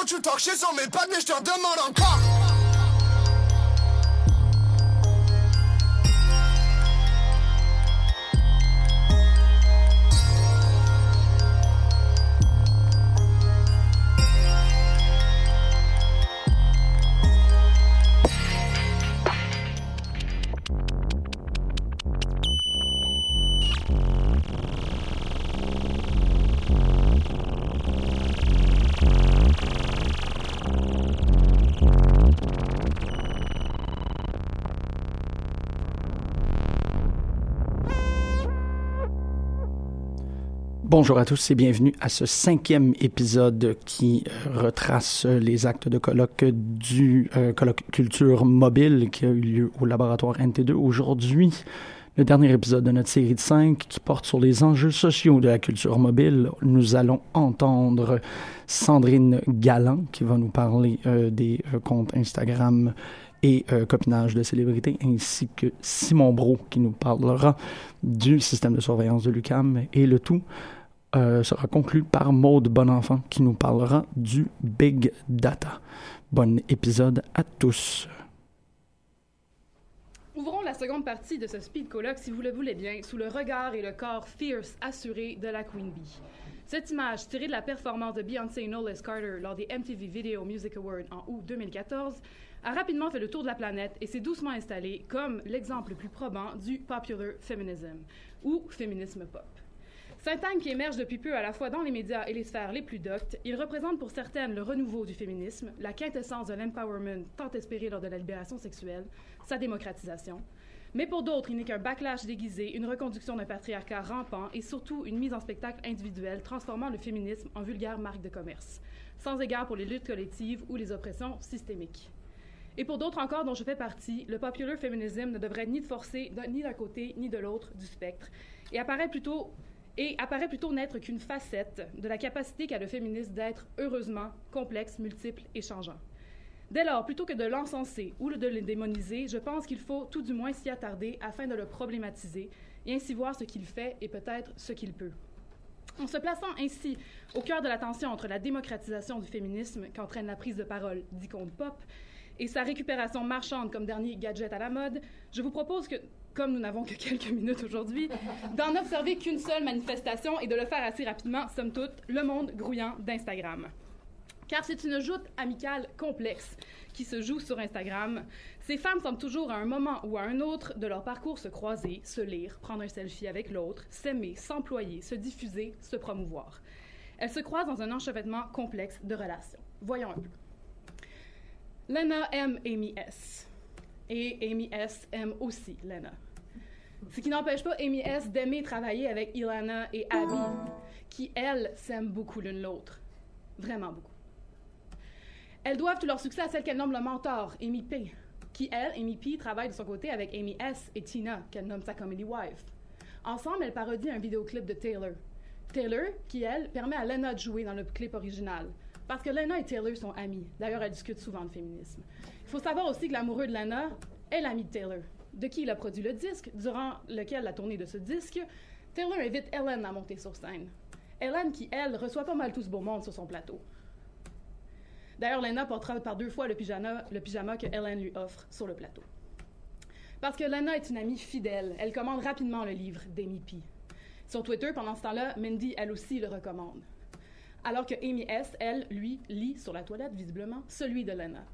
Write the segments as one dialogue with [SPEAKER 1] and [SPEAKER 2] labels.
[SPEAKER 1] Don't you talk shit sur mes potes, mais je te demande encore.
[SPEAKER 2] Bonjour à tous et bienvenue à ce 5e épisode qui retrace les actes de colloque du colloque culture mobile qui a eu lieu au laboratoire NT2 aujourd'hui. Le dernier épisode de notre série de 5 qui porte sur les enjeux sociaux de la culture mobile. Nous allons entendre Sandrine Galland qui va nous parler des comptes Instagram et copinage de célébrités, ainsi que Simon Brault qui nous parlera du système de surveillance de l'UQAM, et le tout sera conclu par Maude Bonenfant qui nous parlera du Big Data. Bon épisode à tous.
[SPEAKER 3] Ouvrons la seconde partie de ce speed colloque, si vous le voulez bien, sous le regard et le corps fierce assuré de la Queen Bee. Cette image, tirée de la performance de Beyoncé Knowles Carter lors des MTV Video Music Awards en août 2014, a rapidement fait le tour de la planète et s'est doucement installée comme l'exemple le plus probant du popular feminism, ou féminisme pop. Syntagme qui émerge depuis peu à la fois dans les médias et les sphères les plus doctes, il représente pour certaines le renouveau du féminisme, la quintessence de l'empowerment tant espéré lors de la libération sexuelle, sa démocratisation. Mais pour d'autres, il n'est qu'un backlash déguisé, une reconduction d'un patriarcat rampant et surtout une mise en spectacle individuelle transformant le féminisme en vulgaire marque de commerce, sans égard pour les luttes collectives ou les oppressions systémiques. Et pour d'autres encore dont je fais partie, le popular feminism ne devrait ni forcer ni d'un côté ni de l'autre du spectre et apparaît plutôt n'être qu'une facette de la capacité qu'a le féminisme d'être, heureusement, complexe, multiple et changeant. Dès lors, plutôt que de l'encenser ou de le démoniser, je pense qu'il faut tout du moins s'y attarder afin de le problématiser et ainsi voir ce qu'il fait et peut-être ce qu'il peut. En se plaçant ainsi au cœur de la tension entre la démocratisation du féminisme qu'entraîne la prise de parole d'icônes pop et sa récupération marchande comme dernier gadget à la mode, je vous propose que, comme nous n'avons que quelques minutes aujourd'hui, d'en observer qu'une seule manifestation et de le faire assez rapidement, somme toute, le monde grouillant d'Instagram. Car c'est une joute amicale complexe qui se joue sur Instagram. Ces femmes semblent toujours à un moment ou à un autre de leur parcours se croiser, se lire, prendre un selfie avec l'autre, s'aimer, s'employer, se diffuser, se promouvoir. Elles se croisent dans un enchevêtrement complexe de relations. Voyons un peu. Lena aime Amy S. Et Amy S. aime aussi Lena. Ce qui n'empêche pas Amy S. d'aimer travailler avec Ilana et Abby, qui, elles, s'aiment beaucoup l'une l'autre. Vraiment beaucoup. Elles doivent tout leur succès à celle qu'elle nomme le mentor, Amy P., qui, elle, Amy P., travaille de son côté avec Amy S. et Tina, qu'elle nomme sa comedy wife. Ensemble, elles parodient un vidéoclip de Taylor. Taylor, qui, elle, permet à Lena de jouer dans le clip original. Parce que Lena et Taylor sont amies. D'ailleurs, elles discutent souvent de féminisme. Il faut savoir aussi que l'amoureux de Lena est l'ami de Taylor, de qui il a produit le disque, durant lequel la tournée de ce disque, Taylor invite Ellen à monter sur scène. Ellen qui, elle, reçoit pas mal tout ce beau monde sur son plateau. D'ailleurs, Lena portera par 2 fois le pyjama que Ellen lui offre sur le plateau. Parce que Lena est une amie fidèle, elle commande rapidement le livre d'Amy P. Sur Twitter, pendant ce temps-là, Mindy, elle aussi, le recommande. Alors que Amy S., elle, lui, lit sur la toilette, visiblement, celui de Lena.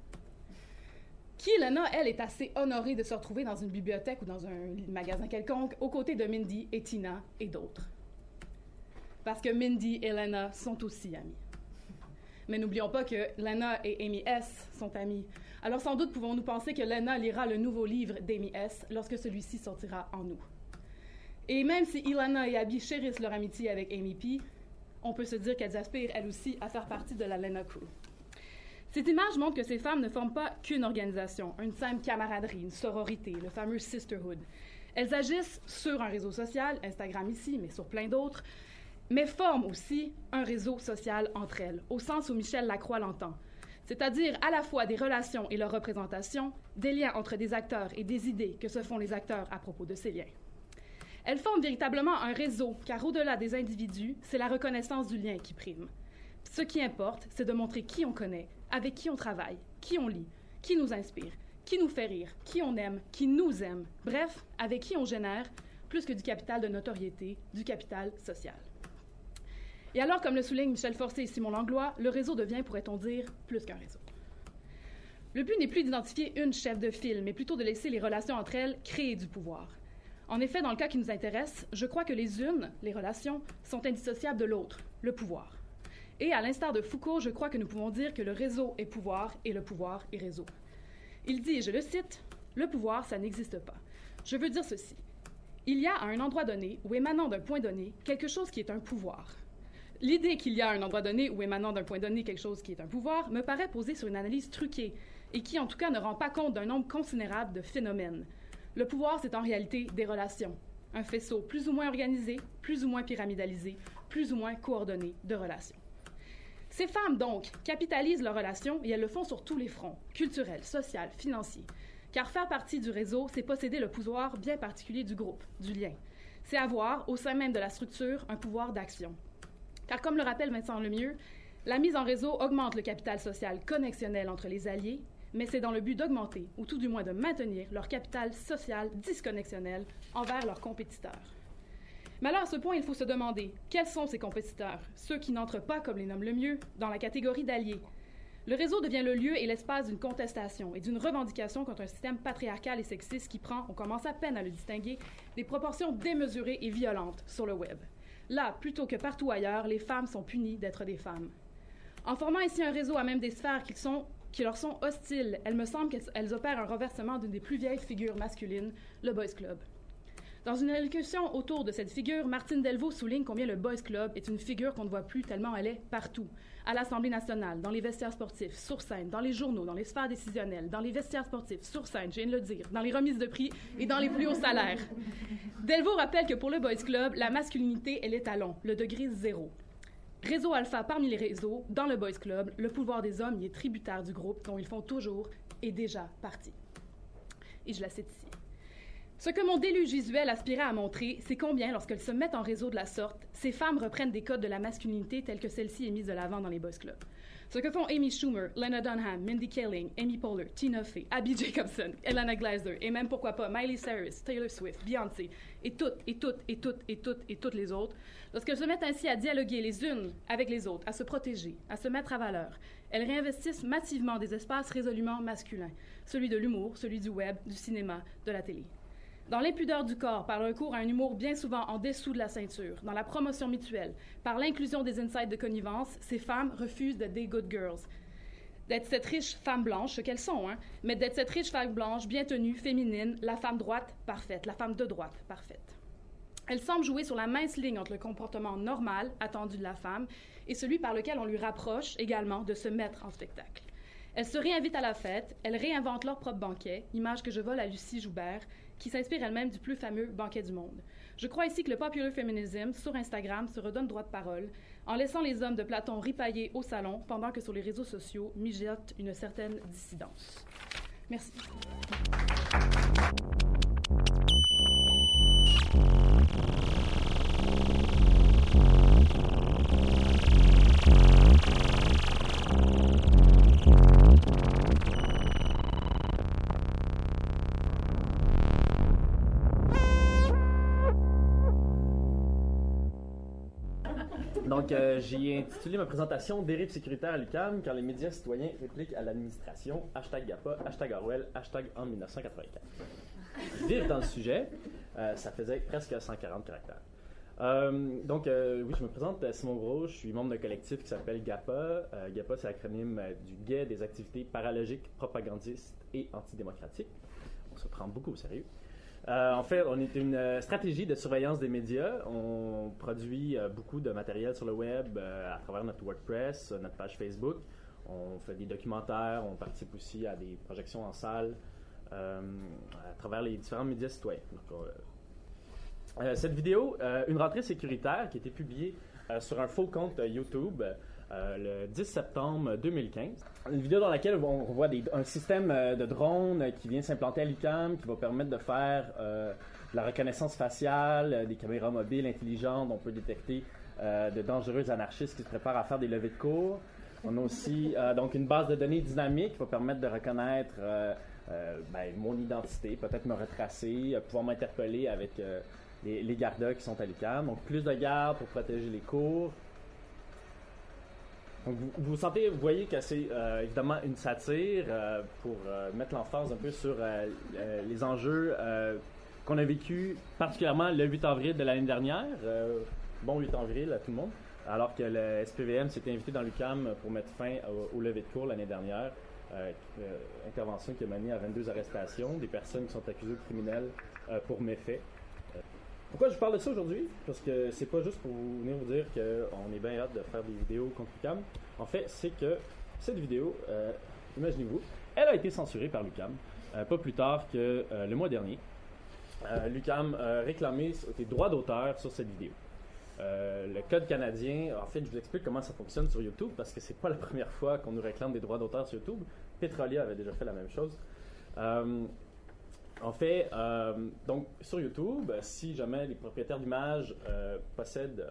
[SPEAKER 3] Qui, Lena, elle, est assez honorée de se retrouver dans une bibliothèque ou dans un magasin quelconque, aux côtés de Mindy et Tina et d'autres. Parce que Mindy et Lena sont aussi amies. Mais n'oublions pas que Lena et Amy S. sont amies. Alors sans doute pouvons-nous penser que Lena lira le nouveau livre d'Amy S. lorsque celui-ci sortira en août. Et même si Ilana et Abby chérissent leur amitié avec Amy P., on peut se dire qu'elles aspirent, elles aussi, à faire partie de la Lena Crew. Cette image montre que ces femmes ne forment pas qu'une organisation, une simple camaraderie, une sororité, le fameux sisterhood. Elles agissent sur un réseau social, Instagram ici, mais sur plein d'autres, mais forment aussi un réseau social entre elles, au sens où Michel Lacroix l'entend. C'est-à-dire à la fois des relations et leur représentation, des liens entre des acteurs et des idées que se font les acteurs à propos de ces liens. Elles forment véritablement un réseau, car au-delà des individus, c'est la reconnaissance du lien qui prime. Ce qui importe, c'est de montrer qui on connaît, avec qui on travaille, qui on lit, qui nous inspire, qui nous fait rire, qui on aime, qui nous aime. Bref, avec qui on génère plus que du capital de notoriété, du capital social. Et alors, comme le soulignent Michel Forcé et Simon Langlois, le réseau devient, pourrait-on dire, plus qu'un réseau. Le but n'est plus d'identifier une chef de file, mais plutôt de laisser les relations entre elles créer du pouvoir. En effet, dans le cas qui nous intéresse, je crois que les unes, les relations, sont indissociables de l'autre, le pouvoir. Et à l'instar de Foucault, je crois que nous pouvons dire que le réseau est pouvoir et le pouvoir est réseau. Il dit, et je le cite, « Le pouvoir, ça n'existe pas. Je veux dire ceci. Il y a à un endroit donné, ou émanant d'un point donné, quelque chose qui est un pouvoir. L'idée qu'il y a à un endroit donné, ou émanant d'un point donné, quelque chose qui est un pouvoir, me paraît poser sur une analyse truquée, et qui, en tout cas, ne rend pas compte d'un nombre considérable de phénomènes. Le pouvoir, c'est en réalité des relations. Un faisceau plus ou moins organisé, plus ou moins pyramidalisé, plus ou moins coordonné de relations. Ces femmes, donc, capitalisent leurs relations et elles le font sur tous les fronts, culturels, social, financiers. Car faire partie du réseau, c'est posséder le pouvoir bien particulier du groupe, du lien. C'est avoir, au sein même de la structure, un pouvoir d'action. Car comme le rappelle Vincent Lemieux, la mise en réseau augmente le capital social connexionnel entre les alliés, mais c'est dans le but d'augmenter, ou tout du moins de maintenir, leur capital social disconnexionnel envers leurs compétiteurs. Mais alors, à ce point, il faut se demander, quels sont ces compétiteurs, ceux qui n'entrent pas, comme les nomme Lemieux, dans la catégorie d'alliés? Le réseau devient le lieu et l'espace d'une contestation et d'une revendication contre un système patriarcal et sexiste qui prend, on commence à peine à le distinguer, des proportions démesurées et violentes sur le web. Là, plutôt que partout ailleurs, les femmes sont punies d'être des femmes. En formant ici un réseau à même des sphères qui leur sont hostiles, elle me semble qu'elles opèrent un renversement d'une des plus vieilles figures masculines, le Boys Club. Dans une allocution autour de cette figure, Martine Delvaux souligne combien le Boys Club est une figure qu'on ne voit plus tellement elle est partout. À l'Assemblée nationale, dans les vestiaires sportifs, sur scène, dans les journaux, dans les sphères décisionnelles, dans les vestiaires sportifs, sur scène, je viens de le dire, dans les remises de prix et dans les plus hauts salaires. Delvaux rappelle que pour le Boys Club, la masculinité est l'étalon, le degré zéro. Réseau alpha parmi les réseaux, dans le Boys Club, le pouvoir des hommes y est tributaire du groupe dont ils font toujours et déjà partie. Et je la cite ici. Ce que mon déluge visuel aspirait à montrer, c'est combien, lorsqu'elles se mettent en réseau de la sorte, ces femmes reprennent des codes de la masculinité tels que celle-ci est mise de l'avant dans les Boys Club. Ce que font Amy Schumer, Lena Dunham, Mindy Kaling, Amy Poehler, Tina Fey, Abby Jacobson, Elena Gleiser, et même pourquoi pas Miley Cyrus, Taylor Swift, Beyoncé, et toutes les autres, lorsqu'elles se mettent ainsi à dialoguer les unes avec les autres, à se protéger, à se mettre à valeur, elles réinvestissent massivement des espaces résolument masculins, celui de l'humour, celui du web, du cinéma, de la télé. Dans l'impudeur du corps, par le recours à un humour bien souvent en dessous de la ceinture, dans la promotion mutuelle, par l'inclusion des insights de connivence, ces femmes refusent d'être des good girls. D'être cette riche femme blanche, ce qu'elles sont, mais d'être cette riche femme blanche, bien tenue, féminine, la femme droite parfaite, la femme de droite parfaite. Elles semblent jouer sur la mince ligne entre le comportement normal, attendu de la femme, et celui par lequel on lui rapproche également de se mettre en spectacle. Elles se réinvitent à la fête, elles réinventent leur propre banquet, image que je vole à Lucie Joubert, qui s'inspire elle-même du plus fameux banquet du monde. Je crois ici que le popular feminism, sur Instagram, se redonne droit de parole, en laissant les hommes de Platon ripailler au salon, pendant que sur les réseaux sociaux mijote une certaine dissidence. Merci.
[SPEAKER 4] Donc, j'ai intitulé ma présentation « Dérive sécuritaire à l'UQAM quand les médias citoyens répliquent à l'administration, #GAPA, #Orwell, #en 1984 ». Vite dans le sujet, ça faisait presque 140 caractères. Oui, je me présente, Simon Gros, je suis membre d'un collectif qui s'appelle GAPA. GAPA, c'est l'acronyme du Guet des activités paralogiques, propagandistes et antidémocratiques. On se prend beaucoup au sérieux. En fait, on est une stratégie de surveillance des médias. On produit beaucoup de matériel sur le web à travers notre WordPress, notre page Facebook. On fait des documentaires, on participe aussi à des projections en salle à travers les différents médias citoyens. Donc, cette vidéo, une rentrée sécuritaire qui a été publiée sur un faux compte YouTube le 10 septembre 2015. Une vidéo dans laquelle on voit un système de drones qui vient s'implanter à l'UQAM, qui va permettre de faire de la reconnaissance faciale, des caméras mobiles intelligentes. On peut détecter de dangereux anarchistes qui se préparent à faire des levées de cours. On a aussi donc une base de données dynamique qui va permettre de reconnaître mon identité, peut-être me retracer, pouvoir m'interpeller avec les gardas qui sont à l'UQAM. Donc plus de gardes pour protéger les cours. Donc vous voyez que c'est évidemment une satire pour mettre l'emphase un peu sur les enjeux qu'on a vécu particulièrement le 8 avril de l'année dernière. Bon 8 avril à tout le monde. Alors que le SPVM s'était invité dans l'UQAM pour mettre fin au lever de cours l'année dernière. Intervention qui a mené à 22 arrestations, des personnes qui sont accusées de criminels pour méfaits. Pourquoi je vous parle de ça aujourd'hui? Parce que c'est pas juste pour venir vous dire qu'on est bien hâte de faire des vidéos contre l'UQAM. En fait, c'est que cette vidéo, imaginez-vous, elle a été censurée par l'UQAM pas plus tard que le mois dernier. L'UQAM réclamait des droits d'auteur sur cette vidéo. Le Code canadien, en fait, je vous explique comment ça fonctionne sur YouTube parce que c'est pas la première fois qu'on nous réclame des droits d'auteur sur YouTube. Petrolia avait déjà fait la même chose. En fait, donc sur YouTube, si jamais les propriétaires d'images possèdent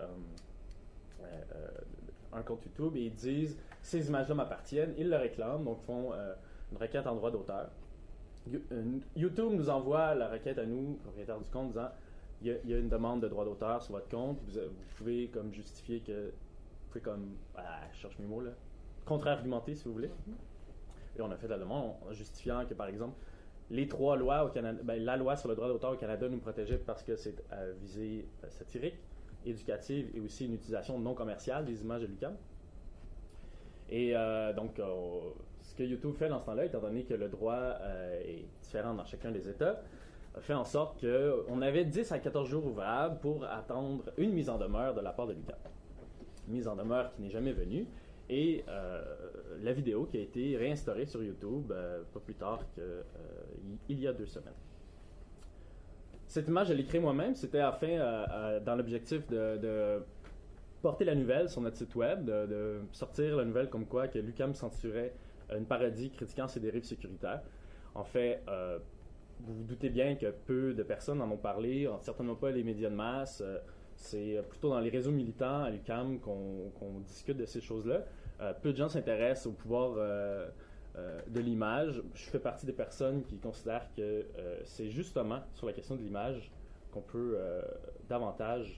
[SPEAKER 4] un compte YouTube et ils disent ces images-là m'appartiennent, ils le réclament, donc font une requête en droit d'auteur. YouTube nous envoie la requête à nous, propriétaires du compte, disant il y a une demande de droit d'auteur sur votre compte, vous pouvez comme justifier que vous pouvez comme je cherche mes mots là, contre-argumenter si vous voulez. Et on a fait la demande en justifiant que par exemple les trois lois au Canada, la loi sur le droit d'auteur au Canada nous protégeait parce que c'est à visée satirique, éducative et aussi une utilisation non commerciale des images de l'UQAM. Et donc, ce que YouTube fait dans ce temps-là, étant donné que le droit est différent dans chacun des États, a fait en sorte qu'on avait 10 à 14 jours ouvrables pour attendre une mise en demeure de la part de l'UQAM. Une mise en demeure qui n'est jamais venue. Et la vidéo qui a été réinstaurée sur YouTube pas plus tard qu'il y a 2 semaines. Cette image, je l'ai créée moi-même. C'était dans l'objectif de porter la nouvelle sur notre site web, de sortir la nouvelle comme quoi que l'UQAM censurait une parodie critiquant ses dérives sécuritaires. En fait, vous vous doutez bien que peu de personnes en ont parlé, certainement pas les médias de masse. C'est plutôt dans les réseaux militants à l'UQAM qu'on discute de ces choses-là. Peu de gens s'intéressent au pouvoir de l'image. Je fais partie des personnes qui considèrent que c'est justement sur la question de l'image qu'on peut davantage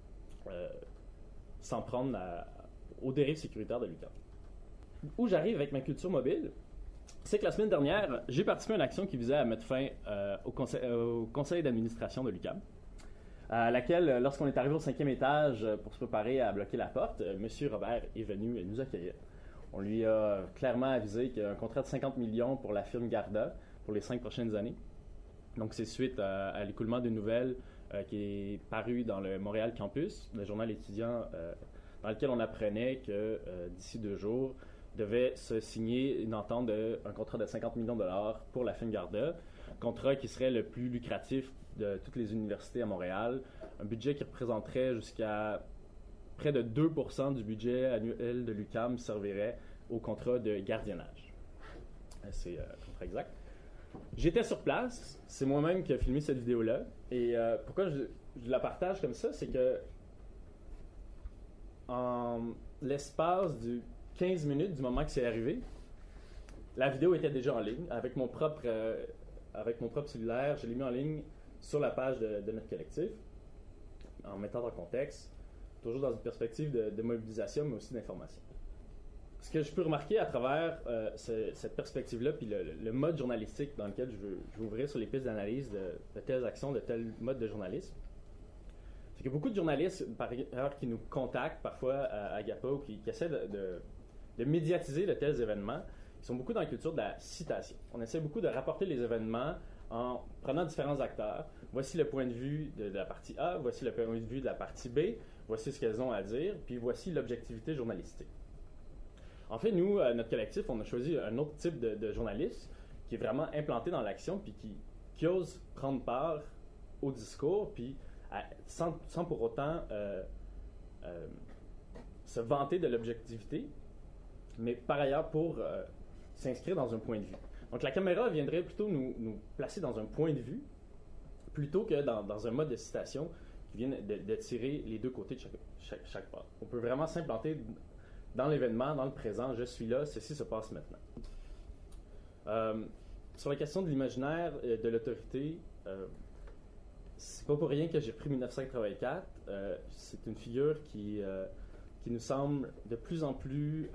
[SPEAKER 4] s'en prendre aux dérives sécuritaires de l'UQAM. Où j'arrive avec ma culture mobile, c'est que la semaine dernière, j'ai participé à une action qui visait à mettre fin au conseil d'administration de l'UQAM. À laquelle, lorsqu'on est arrivé au 5e étage pour se préparer à bloquer la porte, M. Robert est venu nous accueillir. On lui a clairement avisé qu'il y a un contrat de 50 millions pour la firme Garda pour les 5 prochaines années. Donc, c'est suite à l'écoulement d'une nouvelle qui est parue dans le Montréal Campus, le journal étudiant, dans lequel on apprenait que d'ici 2 jours, devait se signer une entente un contrat de 50 millions de dollars pour la firme Garda, contrat qui serait le plus lucratif de toutes les universités à Montréal, un budget qui représenterait jusqu'à près de 2% du budget annuel de l'UQAM servirait au contrat de gardiennage. C'est le contrat exact. J'étais sur place, c'est moi-même qui ai filmé cette vidéo-là, et pourquoi je la partage comme ça, c'est que en l'espace de 15 minutes du moment que c'est arrivé, la vidéo était déjà en ligne avec mon propre cellulaire. Je l'ai mis en ligne sur la page de notre collectif, en mettant en contexte, toujours dans une perspective de mobilisation, mais aussi d'information. Ce que je peux remarquer à travers cette perspective-là, puis le mode journalistique dans lequel je veux ouvrir sur les pistes d'analyse de telles actions, de tels modes de journalisme, c'est que beaucoup de journalistes, par ailleurs, qui nous contactent parfois à GAPA ou qui essaient de médiatiser de tels événements, ils sont beaucoup dans la culture de la citation. On essaie beaucoup de rapporter les événements en prenant différents acteurs. Voici le point de vue de la partie A, voici le point de vue de la partie B, voici ce qu'elles ont à dire, puis voici l'objectivité journalistique. En fait, nous, notre collectif, on a choisi un autre type de journaliste qui est vraiment implanté dans l'action, puis qui ose prendre part au discours, puis sans pour autant se vanter de l'objectivité, mais par ailleurs pour s'inscrire dans un point de vue. Donc la caméra viendrait plutôt nous placer dans un point de vue, plutôt que dans un mode de citation qui viennent de tirer les deux côtés de chaque part. On peut vraiment s'implanter dans l'événement, dans le présent. Je suis là, ceci se passe maintenant. Sur la question de l'imaginaire de l'autorité, c'est pas pour rien que j'ai repris 1984. C'est une figure qui nous semble de plus en plus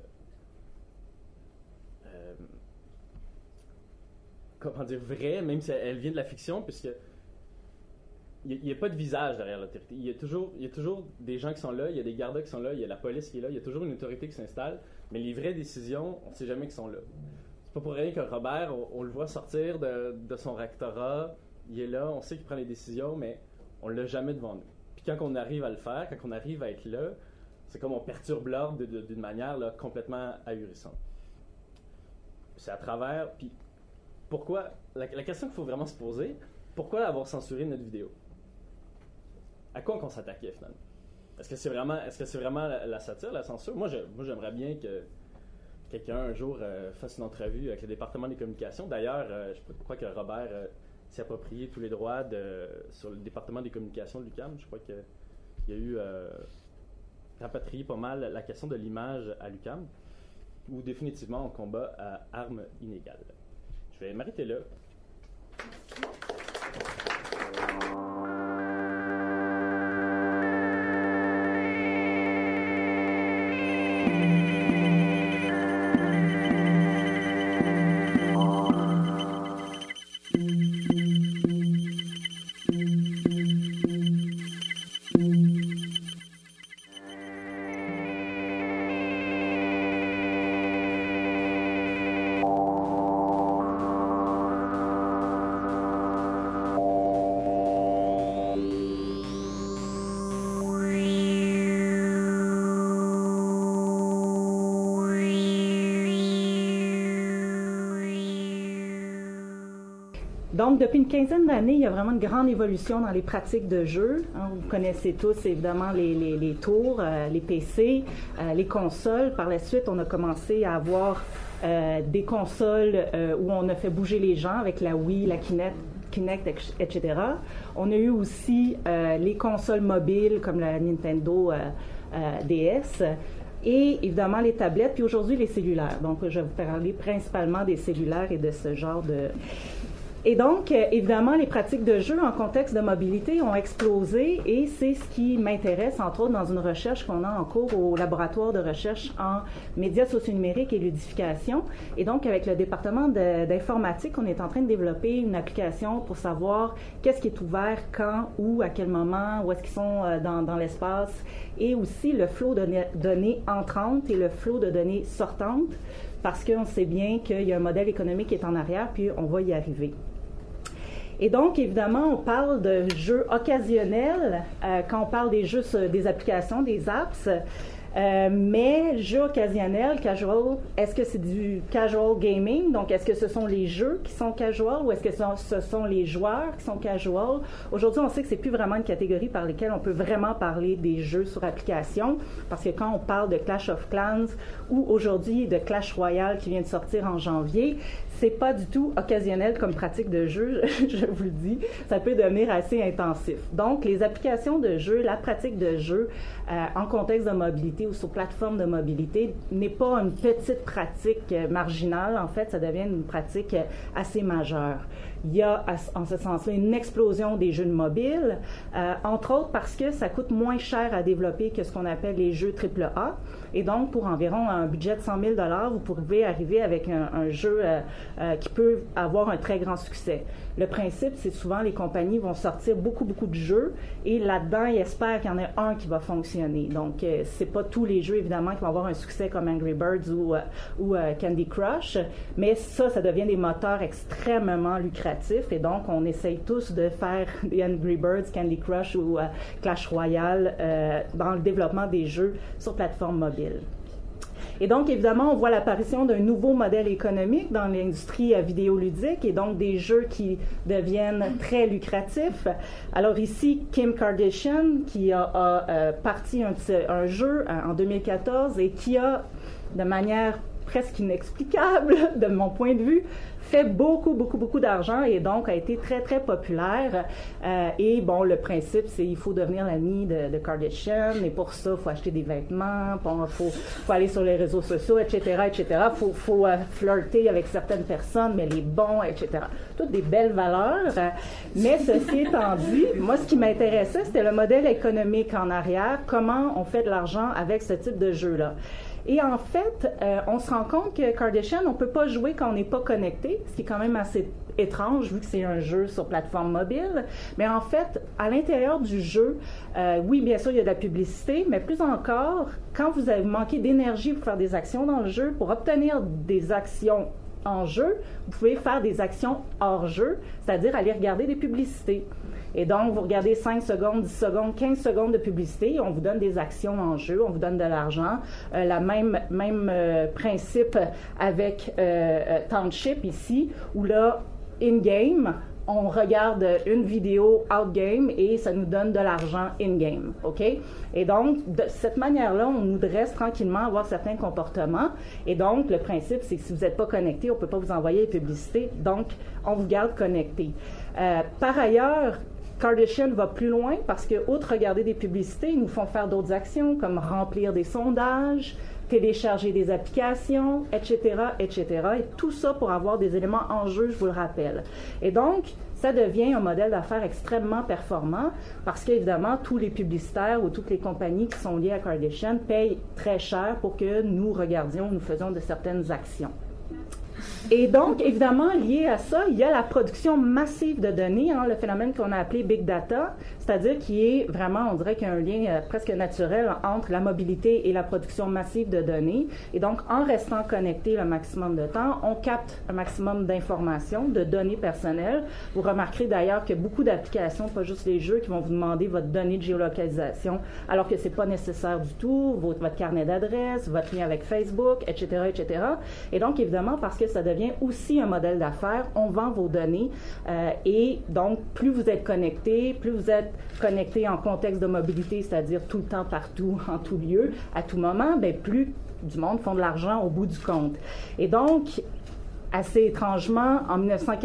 [SPEAKER 4] comment dire, vraie, même si elle vient de la fiction, puisque il n'y a pas de visage derrière l'autorité. Il y a toujours des gens qui sont là, il y a des gardes qui sont là, il y a la police qui est là, il y a toujours une autorité qui s'installe, mais les vraies décisions, on ne sait jamais qu'ils sont là. C'est pas pour rien que Robert, on le voit sortir de son rectorat, il est là, on sait qu'il prend les décisions, mais on ne l'a jamais devant nous. Puis quand on arrive à le faire, quand on arrive à être là, c'est comme on perturbe l'ordre d'une manière là, complètement ahurissante. C'est à travers... Puis pourquoi... La question qu'il faut vraiment se poser, pourquoi avoir censuré notre vidéo? À quoi qu'on s'attaquait finalement? Est-ce que c'est vraiment la satire, la censure? Moi, j'aimerais bien que quelqu'un un jour fasse une entrevue avec le département des communications. D'ailleurs, je crois que Robert s'est approprié tous les droits sur le département des communications de l'UQAM. Je crois qu'il y a eu rapatrié pas mal la question de l'image à l'UQAM, où définitivement on combat à armes inégales. Je vais m'arrêter là.
[SPEAKER 5] Donc, depuis une quinzaine d'années, il y a vraiment une grande évolution dans les pratiques de jeu. Vous connaissez tous, évidemment, les tours, les PC, les consoles. Par la suite, on a commencé à avoir des consoles où on a fait bouger les gens avec la Wii, la Kinect, etc. On a eu aussi les consoles mobiles comme la Nintendo DS. Et évidemment les tablettes, puis aujourd'hui les cellulaires. Donc, je vais vous parler principalement des cellulaires et de ce genre de... Et donc, évidemment, les pratiques de jeu en contexte de mobilité ont explosé et c'est ce qui m'intéresse, entre autres, dans une recherche qu'on a en cours au laboratoire de recherche en médias socio-numériques et ludification. Et donc, avec le département d'informatique, on est en train de développer une application pour savoir qu'est-ce qui est ouvert, quand, où, à quel moment, où est-ce qu'ils sont dans l'espace, et aussi le flot de données entrantes et le flot de données sortantes, parce qu'on sait bien qu'il y a un modèle économique qui est en arrière, puis on va y arriver. Et donc, évidemment, on parle de jeux occasionnels quand on parle des jeux, des applications, des apps. Mais jeux occasionnels, casual, est-ce que c'est du casual gaming? Donc, est-ce que ce sont les jeux qui sont casual ou est-ce que ce sont les joueurs qui sont casual? Aujourd'hui, on sait que c'est plus vraiment une catégorie par laquelle on peut vraiment parler des jeux sur application, parce que quand on parle de Clash of Clans ou aujourd'hui de Clash Royale qui vient de sortir en janvier, c'est pas du tout occasionnel comme pratique de jeu, je vous le dis. Ça peut devenir assez intensif. Donc, les applications de jeu, la pratique de jeu en contexte de mobilité ou sur plateforme de mobilité n'est pas une petite pratique marginale. En fait, ça devient une pratique assez majeure. Il y a, en ce sens-là, une explosion des jeux de mobile, entre autres parce que ça coûte moins cher à développer que ce qu'on appelle les jeux AAA. Et donc, pour environ un budget de 100 000 $, vous pouvez arriver avec un jeu qui peut avoir un très grand succès. Le principe, c'est souvent les compagnies vont sortir beaucoup de jeux et là-dedans, ils espèrent qu'il y en ait un qui va fonctionner. Donc, c'est pas tous les jeux, évidemment, qui vont avoir un succès comme Angry Birds ou Candy Crush, mais ça devient des moteurs extrêmement lucratifs et donc, on essaye tous de faire des Angry Birds, Candy Crush ou Clash Royale dans le développement des jeux sur plateforme mobile. Et donc, évidemment, on voit l'apparition d'un nouveau modèle économique dans l'industrie vidéoludique et donc des jeux qui deviennent très lucratifs. Alors ici, Kim Kardashian, qui a parti un jeu en 2014 et qui a, de manière presque inexplicable de mon point de vue, fait beaucoup d'argent et donc a été très, très populaire. Et bon, le principe, c'est il faut devenir l'ami de Kardashian et pour ça, il faut acheter des vêtements, il faut aller sur les réseaux sociaux, etc., etc. Il faut flirter avec certaines personnes, mais les bons, etc. Toutes des belles valeurs. Mais ceci étant dit, moi, ce qui m'intéressait, c'était le modèle économique en arrière, comment on fait de l'argent avec ce type de jeu-là. Et en fait, on se rend compte que Kardashian, on ne peut pas jouer quand on n'est pas connecté, ce qui est quand même assez étrange vu que c'est un jeu sur plateforme mobile. Mais en fait, à l'intérieur du jeu, oui, bien sûr, il y a de la publicité, mais plus encore, quand vous avez manqué d'énergie pour faire des actions dans le jeu, pour obtenir des actions en jeu, vous pouvez faire des actions hors jeu, c'est-à-dire aller regarder des publicités. Et donc, vous regardez 5 secondes, 10 secondes, 15 secondes de publicité, on vous donne des actions en jeu, on vous donne de l'argent. La même principe avec Township ici, où là, in-game, on regarde une vidéo out-game et ça nous donne de l'argent in-game, OK? Et donc, de cette manière-là, on nous dresse tranquillement à avoir certains comportements. Et donc, le principe, c'est que si vous n'êtes pas connecté, on ne peut pas vous envoyer les publicités. Donc, on vous garde connecté. Par ailleurs, Kardashian va plus loin parce que, outre regarder des publicités, ils nous font faire d'autres actions comme remplir des sondages, télécharger des applications, etc., etc. Et tout ça pour avoir des éléments en jeu, je vous le rappelle. Et donc, ça devient un modèle d'affaires extrêmement performant parce qu'évidemment, tous les publicitaires ou toutes les compagnies qui sont liées à Kardashian payent très cher pour que nous regardions, nous faisions de certaines actions. Et donc, évidemment, lié à ça, il y a la production massive de données, le phénomène qu'on a appelé Big Data, c'est-à-dire qui est vraiment, on dirait qu'il y a un lien presque naturel entre la mobilité et la production massive de données. Et donc, en restant connecté le maximum de temps, on capte un maximum d'informations, de données personnelles. Vous remarquerez d'ailleurs qu'il y a beaucoup d'applications, pas juste les jeux, qui vont vous demander votre donnée de géolocalisation, alors que c'est pas nécessaire du tout, votre carnet d'adresse, votre lien avec Facebook, etc., etc. Et donc, évidemment, parce que ça devient aussi un modèle d'affaires, on vend vos données et donc plus vous êtes connecté, plus vous êtes connecté en contexte de mobilité, c'est-à-dire tout le temps, partout, en tout lieu, à tout moment, bien plus du monde font de l'argent au bout du compte. Et donc, assez étrangement, en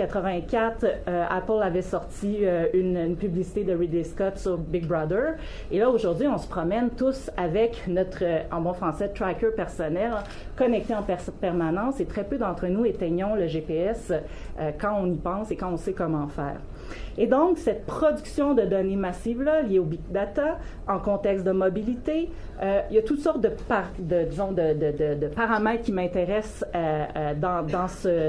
[SPEAKER 5] 1984, Apple avait sorti une publicité de Ridley Scott sur Big Brother. Et là, aujourd'hui, on se promène tous avec notre, en bon français, tracker personnel, connecté en permanence. Et très peu d'entre nous éteignons le GPS quand on y pense et quand on sait comment faire. Et donc, cette production de données massives-là, liées au big data, en contexte de mobilité, il y a toutes sortes de paramètres qui m'intéressent dans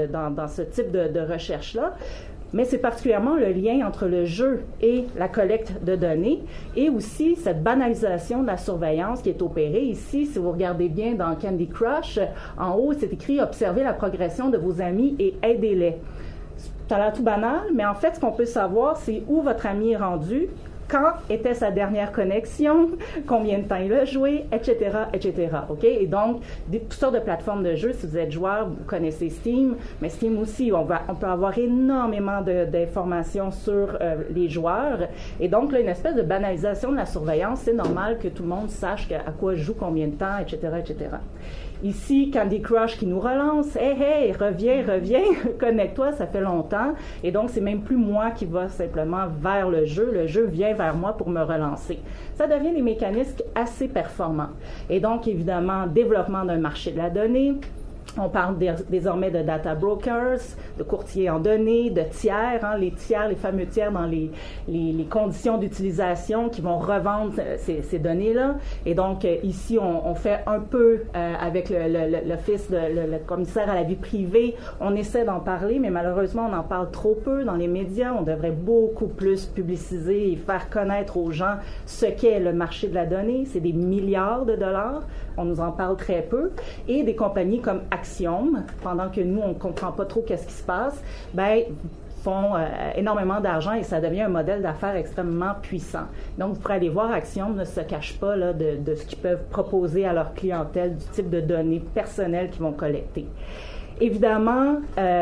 [SPEAKER 5] ce type de recherche-là. Mais c'est particulièrement le lien entre le jeu et la collecte de données et aussi cette banalisation de la surveillance qui est opérée. Ici, si vous regardez bien dans Candy Crush, en haut, c'est écrit « Observez la progression de vos amis et aidez-les ». Ça a l'air tout banal, mais en fait, ce qu'on peut savoir, c'est où votre ami est rendu, quand était sa dernière connexion, combien de temps il a joué, etc., etc. OK? Et donc, toutes sortes de plateformes de jeux. Si vous êtes joueur, vous connaissez Steam, mais Steam aussi, on peut avoir énormément d'informations sur les joueurs. Et donc, là, une espèce de banalisation de la surveillance. C'est normal que tout le monde sache à quoi joue, combien de temps, etc., etc. Ici, Candy Crush qui nous relance. Hey, hey, reviens, connecte-toi, ça fait longtemps. Et donc, c'est même plus moi qui va simplement vers le jeu vient vers moi pour me relancer. Ça devient des mécanismes assez performants. Et donc, évidemment, développement d'un marché de la donnée. On parle désormais de data brokers, de courtiers en données, de tiers, les fameux tiers dans les conditions d'utilisation qui vont revendre ces données-là. Et donc, ici, on fait un peu avec l'office le commissaire à la vie privée. On essaie d'en parler, mais malheureusement, on en parle trop peu dans les médias. On devrait beaucoup plus publiciser et faire connaître aux gens ce qu'est le marché de la donnée. C'est des milliards de dollars. On nous en parle très peu. Et des compagnies comme Axiom, pendant que nous, on ne comprend pas trop qu'est-ce qui se passe, font énormément d'argent et ça devient un modèle d'affaires extrêmement puissant. Donc, vous pourrez aller voir, Axiom ne se cache pas là, de ce qu'ils peuvent proposer à leur clientèle, du type de données personnelles qu'ils vont collecter. Évidemment,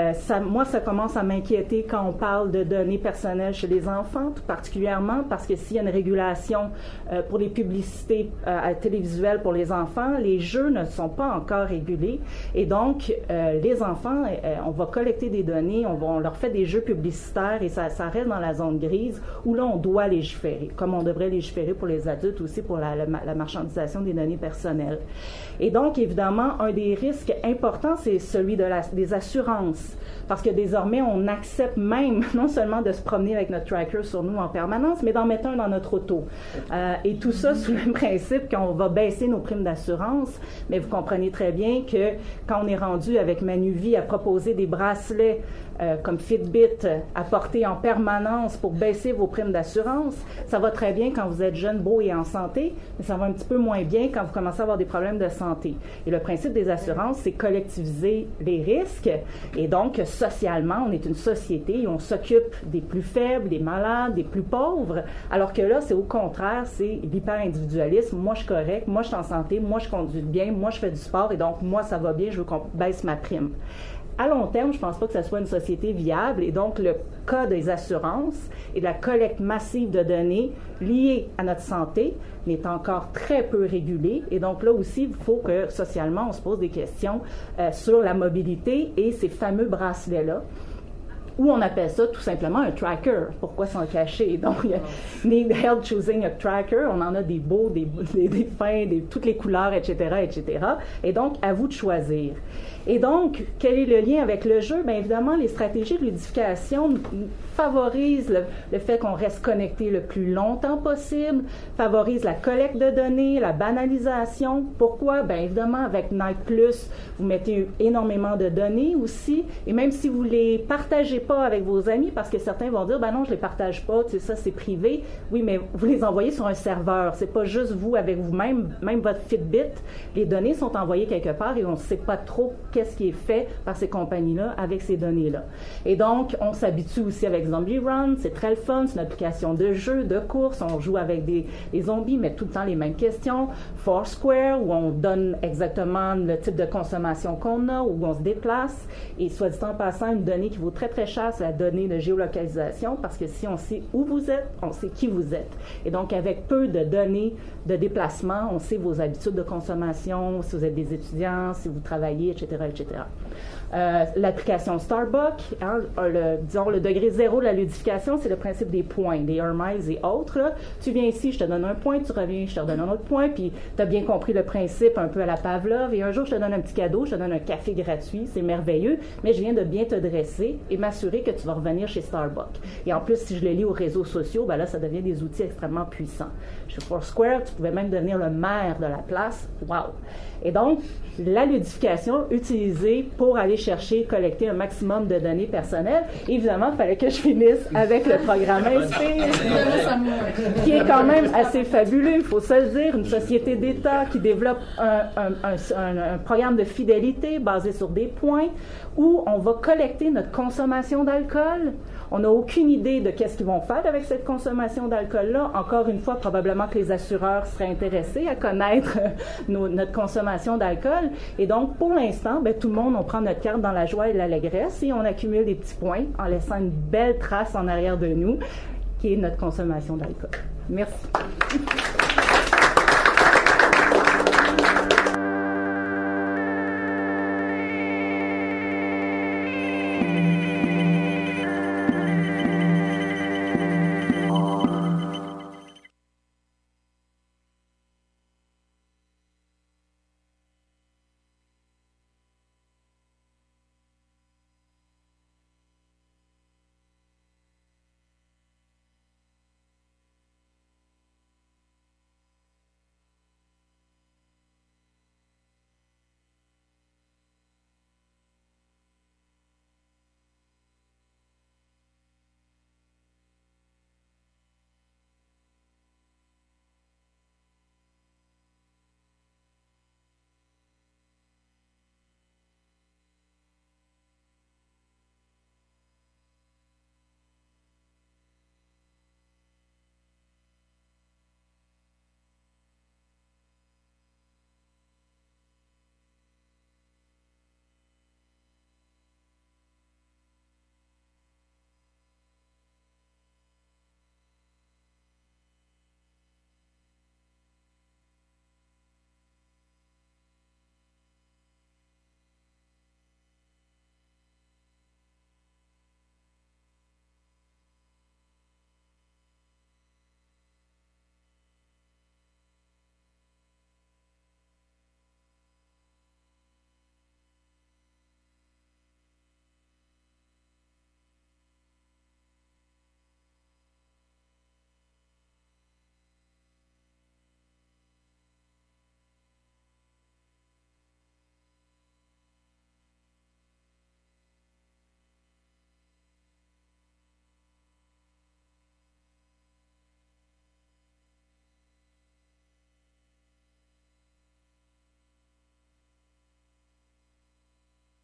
[SPEAKER 5] ça commence à m'inquiéter quand on parle de données personnelles chez les enfants, tout particulièrement parce que s'il y a une régulation pour les publicités télévisuelles pour les enfants, les jeux ne sont pas encore régulés. Et donc, les enfants, on va collecter des données, on leur fait des jeux publicitaires et ça reste dans la zone grise où là, on doit légiférer, comme on devrait légiférer pour les adultes aussi pour la marchandisation des données personnelles. Et donc, évidemment, un des risques importants, c'est celui des assurances. Parce que désormais, on accepte même non seulement de se promener avec notre tracker sur nous en permanence, mais d'en mettre un dans notre auto. Et tout ça sous le principe qu'on va baisser nos primes d'assurance. Mais vous comprenez très bien que quand on est rendu avec Manuvie à proposer des bracelets comme Fitbit à porter en permanence pour baisser vos primes d'assurance, ça va très bien quand vous êtes jeune, beau et en santé, mais ça va un petit peu moins bien quand vous commencez à avoir des problèmes de santé. Et le principe des assurances, c'est collectiviser les risques. Et donc, socialement, on est une société et on s'occupe des plus faibles, des malades, des plus pauvres, alors que là, c'est au contraire, c'est l'hyper-individualisme. Moi, je suis correct, moi, je suis en santé, moi, je conduis bien, moi, je fais du sport et donc, moi, ça va bien, je veux qu'on baisse ma prime. À long terme, je ne pense pas que ça soit une société viable et donc le cas des assurances et de la collecte massive de données liées à notre santé n'est encore très peu régulé et donc là aussi, il faut que socialement, on se pose des questions sur la mobilité et ces fameux bracelets-là. Ou on appelle ça tout simplement un tracker. Pourquoi s'en cacher? Donc, need help choosing a tracker. On en a des beaux, des fins, toutes les couleurs, etc., etc. Et donc, à vous de choisir. Et donc, quel est le lien avec le jeu? Bien évidemment, les stratégies de ludification favorisent le fait qu'on reste connecté le plus longtemps possible, favorisent la collecte de données, la banalisation. Pourquoi? Bien évidemment, avec Nike+, vous mettez énormément de données aussi, et même si vous les partagez pas avec vos amis, parce que certains vont dire, ben non, je les partage pas, tu sais, ça c'est privé. Oui, mais vous les envoyez sur un serveur. C'est pas juste vous avec vous-même, même votre Fitbit. Les données sont envoyées quelque part et on ne sait pas trop qu'est-ce qui est fait par ces compagnies-là avec ces données-là. Et donc, on s'habitue aussi avec Zombie Run, c'est très le fun, c'est une application de jeu, de course, on joue avec des zombies, mais tout le temps les mêmes questions. Foursquare, où on donne exactement le type de consommation qu'on a, où on se déplace, et soit dit en passant, une donnée qui vaut très très cher, c'est la donnée de géolocalisation, parce que si on sait où vous êtes, on sait qui vous êtes. Et donc, avec peu de données de déplacement, on sait vos habitudes de consommation, si vous êtes des étudiants, si vous travaillez, etc., etc. L'application Starbucks, hein, disons le degré zéro de la ludification, c'est le principe des points, des Hermiles et autres. Là. Tu viens ici, je te donne un point, tu reviens, je te redonne un autre point, puis tu as bien compris le principe un peu à la Pavlov, et un jour, je te donne un petit cadeau, je te donne un café gratuit, c'est merveilleux, mais je viens de bien te dresser et m'assurer que tu vas revenir chez Starbucks. Et en plus, si je le lis aux réseaux sociaux, ben là, ça devient des outils extrêmement puissants. Chez Foursquare, tu pouvais même devenir le maire de la place. Wow! Et donc, la ludification utilisée pour aller chercher, collecter un maximum de données personnelles. Évidemment, il fallait que je finisse avec le programme Inspire, qui est quand même assez fabuleux, il faut se le dire, une société d'État qui développe un programme de fidélité basé sur des points où on va collecter notre consommation d'alcool. On n'a aucune idée de qu'est-ce qu'ils vont faire avec cette consommation d'alcool-là. Encore une fois, probablement que les assureurs seraient intéressés à connaître notre consommation d'alcool. Et donc, pour l'instant, ben, tout le monde, on prend notre carte dans la joie et l'allégresse et on accumule des petits points en laissant une belle trace en arrière de nous, qui est notre consommation d'alcool. Merci.